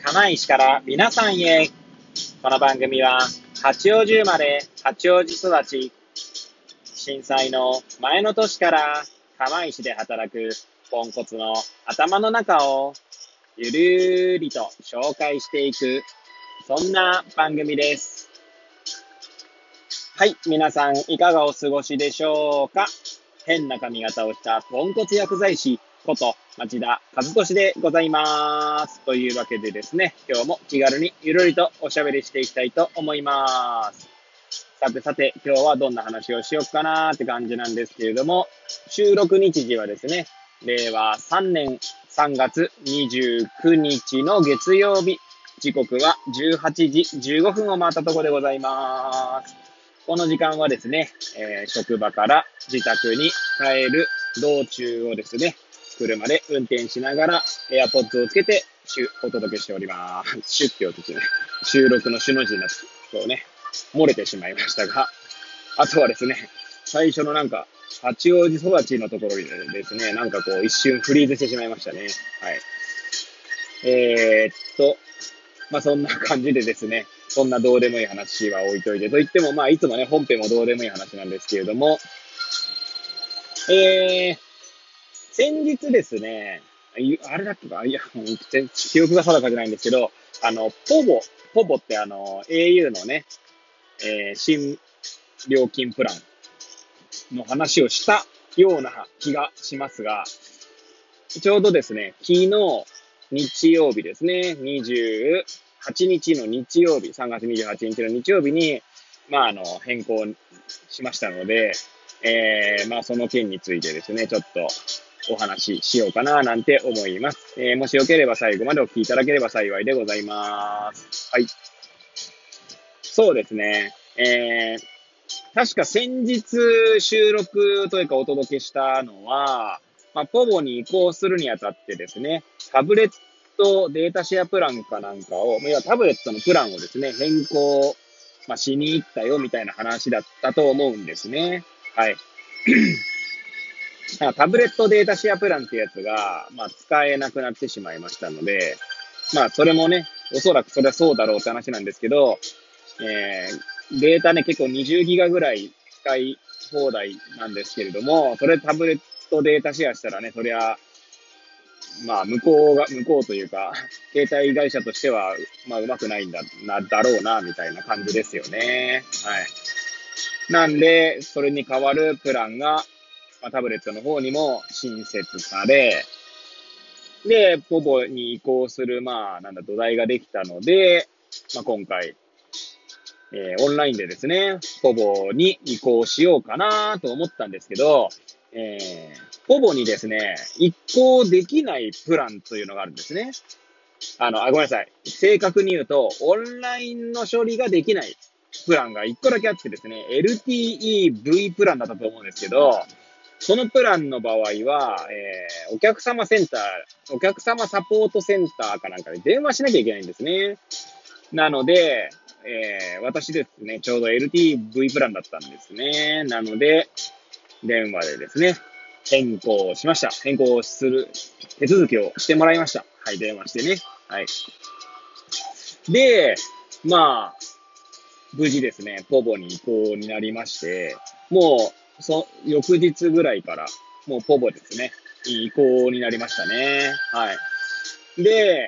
釜石から皆さんへ。この番組は八王子生まれ、八王子育ち、震災の前の年から釜石で働くポンコツの頭の中をゆるーりと紹介していく、そんな番組です。はい、皆さんいかがお過ごしでしょうか。変な髪型をしたポンコツ薬剤師こと町田和俊でございます。というわけでですね、今日も気軽にゆるりとおしゃべりしていきたいと思います。さて、今日はどんな話をしようかなーって感じなんですけれども、収録日時はですね、令和3年3月29日の月曜日、時刻は18時15分を回ったところでございます。この時間はですね、職場から自宅に帰る道中をですね、車で運転しながら AirPods をつけてお届けしております。シュって音ですね。収録のシュの字になって、そうね、漏れてしまいましたが、あとはですね、最初の八王子育ちのところでですね、一瞬フリーズしてしまいましたね。はい。そんな感じでですね、そんなどうでもいい話は置いといて、と言っても、いつもね、本編もどうでもいい話なんですけれども、先日ですね、あれだっけか、記憶が定かじゃないんですけど、ポボってau のね、新料金プランの話をしたような気がしますが、ちょうどですね、昨日、日曜日ですね、28日の日曜日、3月28日の日曜日に、変更しましたので、その件についてですね、ちょっとお話ししようかななんて思います。もしよければ最後までお聞きいただければ幸いでございます。はい。そうですね。確か先日収録というかお届けしたのは、ポボに移行するにあたってですね、タブレットデータシェアプランかなんかを、タブレットのプランをですね、変更、しに行ったよみたいな話だったと思うんですね。はい。タブレットデータシェアプランってやつが、使えなくなってしまいましたので、それもね、おそらくそれはそうだろうって話なんですけど、データね、結構20ギガぐらい使い放題なんですけれども、それタブレットデータシェアしたらね、そりゃ、向こうというか、携帯会社としては、うまくないだろうな、みたいな感じですよね。はい。なんで、それに代わるプランが、タブレットの方にも新設され、で、ポボに移行する、土台ができたので、今回、オンラインでですね、ポボに移行しようかなと思ったんですけど、ポボにですね、移行できないプランというのがあるんですね。ごめんなさい。正確に言うと、オンラインの処理ができないプランが1個だけあってですね、LTEV プランだったと思うんですけど、そのプランの場合は、お客様サポートセンターかなんかで電話しなきゃいけないんですね。なので、私ですね、ちょうど LTEV プランだったんですね。なので、電話でですね、変更しました。変更する手続きをしてもらいました。はい、電話してね。はい。で、無事ですね、ポボに移行になりまして、もう、翌日ぐらいから、もうポボですね、移行になりましたね。はい。で、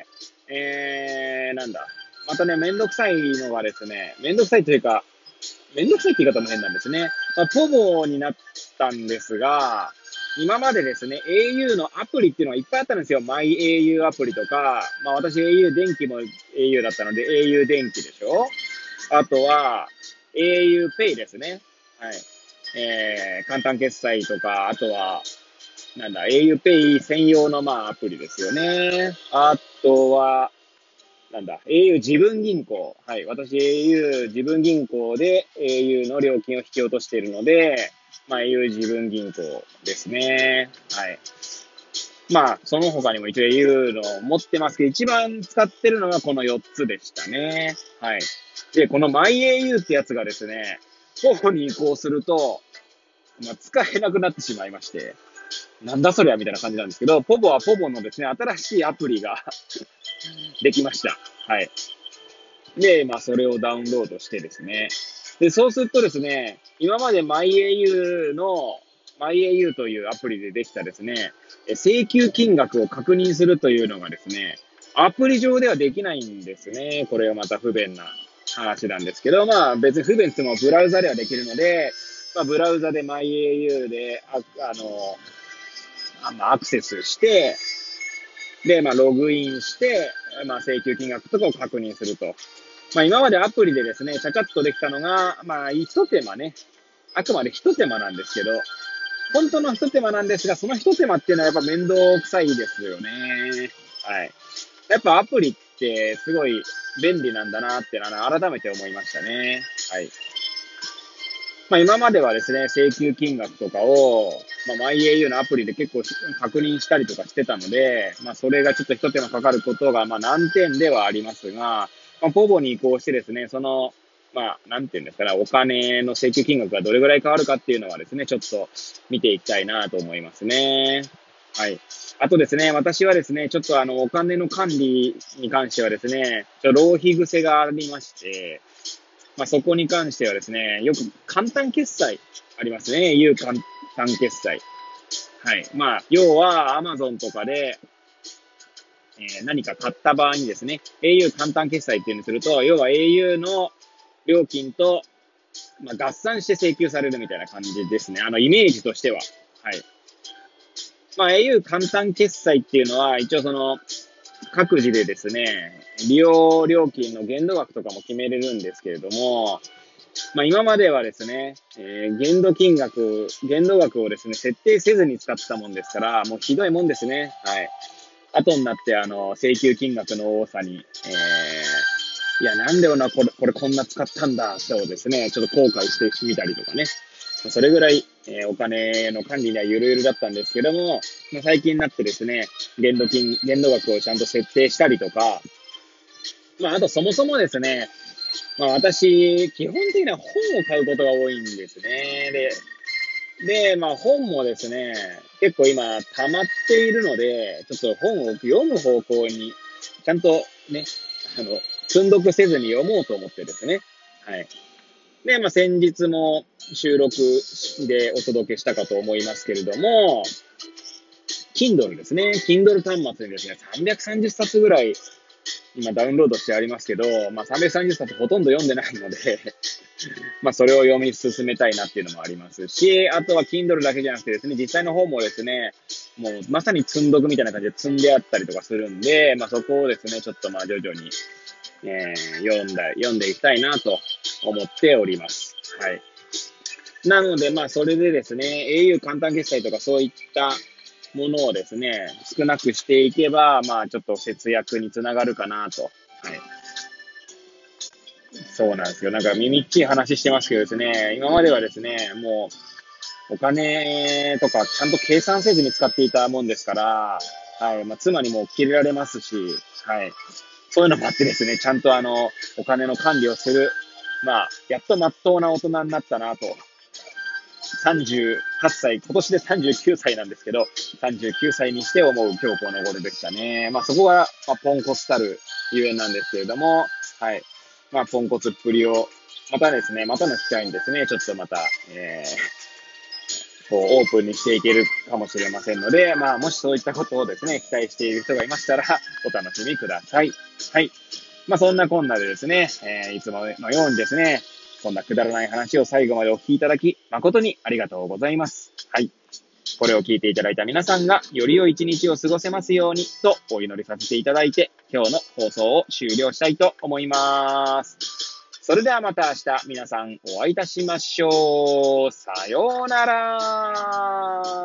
またね、めんどくさいのがですね、めんどくさいというか、めんどくさいって言い方も変なんですね。ポボになったんですが、今までですね、au のアプリっていうのがいっぱいあったんですよ。マイ au アプリとか、私 au 電気も au だったので au 電気でしょ。あとは au Pay ですね。はい。簡単決済とか、あとは、au Pay 専用のアプリですよね。あとは、au 自分銀行。はい。私 au 自分銀行で au の料金を引き落としているので、au 自分銀行ですね。はい。その他にも一応 au の持ってますけど、一番使ってるのがこの4つでしたね。はい。で、この myau ってやつがですね、候補に移行すると、使えなくなってしまいまして。 なんだそりゃみたいな感じなんですけど、ポボはポボのですね、新しいアプリができました。はい。で、まあ、それをダウンロードしてですね。で、そうするとですね、今まで MyAU というアプリでできたですね、請求金額を確認するというのがですね、アプリ上ではできないんですね。これはまた不便な話なんですけど、まあ別に不便ってもブラウザではできるので、まあブラウザで MyAU で、アクセスして、で、まあログインして、まあ請求金額とかを確認すると。まあ今までアプリでですね、ちゃちゃっとできたのが、まあ一手間ね、あくまで一手間なんですけど、本当の一手間なんですが、その一手間っていうのはやっぱ面倒くさいですよね。はい。やっぱアプリってすごい便利なんだなって改めて思いましたね。はい。まあ今まではですね、請求金額とかを、まあ MyAU のアプリで結構確認したりとかしてたので、まあそれがちょっと一手間かかることが、まあ難点ではありますが、まあポボに移行してですね、まあ、なんていうんですかね、お金の請求金額がどれぐらい変わるかっていうのはですね、ちょっと見ていきたいなと思いますね。はい。あとですね、私はですね、ちょっとお金の管理に関してはですね、浪費癖がありまして、まあ、そこに関してはですね、よく簡単決済ありますね。au 簡単決済。はい。まあ、要は Amazon とかで、何か買った場合にですね、au 簡単決済っていうのにすると、要は au の料金と、まあ、合算して請求されるみたいな感じですね。イメージとしては。はい。まあ、au 簡単決済っていうのは、一応各自でですね、利用料金の限度額とかも決めれるんですけれども、まあ、今まではですね、限度額をですね、設定せずに使ってたもんですから、もうひどいもんですね。はい。後になって、請求金額の多さに、いや、なんでこれこんな使ったんだ、とですね、ちょっと後悔してみたりとかね。それぐらい、お金の管理にはゆるゆるだったんですけども、まあ、最近になってですね、限度額をちゃんと設定したりとか、まあ、あとそもそもですね、まあ私、基本的には本を買うことが多いんですね。まあ本もですね、結構今溜まっているので、ちょっと本を読む方向に、ちゃんとね、積読せずに読もうと思ってですね。はい。で、まあ先日も収録でお届けしたかと思いますけれども、Kindle ですね。Kindle 端末にですね、330冊ぐらい今ダウンロードしてありますけど、まあ330冊ほとんど読んでないのでまあそれを読み進めたいなっていうのもありますし、あとは Kindle だけじゃなくてですね、実際の方もですね、もうまさに積んどくみたいな感じで積んであったりとかするんで、まあそこをですね、ちょっとまあ徐々に、読んでいきたいなと思っております。はい。なのでまあそれでですね、au 簡単決済とかそういったものをですね、少なくしていけば、まあちょっと節約につながるかなと。はい。そうなんですよ。なんか耳っちい話してますけどですね、今まではですね、もうお金とかちゃんと計算せずに使っていたもんですから、はい。まあ妻にもキレられますし、はい。そういうのもあってですね、ちゃんとお金の管理をする。まあ、やっと真っ当な大人になったなと。38歳、今年で39歳なんですけど、39歳にして思う今日この頃でしたね。まあそこが、まあ、ポンコツたるゆえんなんですけれども、はい。まあポンコツっぷりを、またですね、またの機会にですね、ちょっとまた、こう、オープンにしていけるかもしれませんので、まあ、もしそういったことをですね、期待している人がいましたら、お楽しみください。はい。まあ、そんなこんなでですね、いつものようにですね、こんなくだらない話を最後までお聞きいただき、誠にありがとうございます。はい。これを聞いていただいた皆さんが、より良い一日を過ごせますように、とお祈りさせていただいて、今日の放送を終了したいと思います。それではまた明日皆さんお会いいたしましょう。さようなら。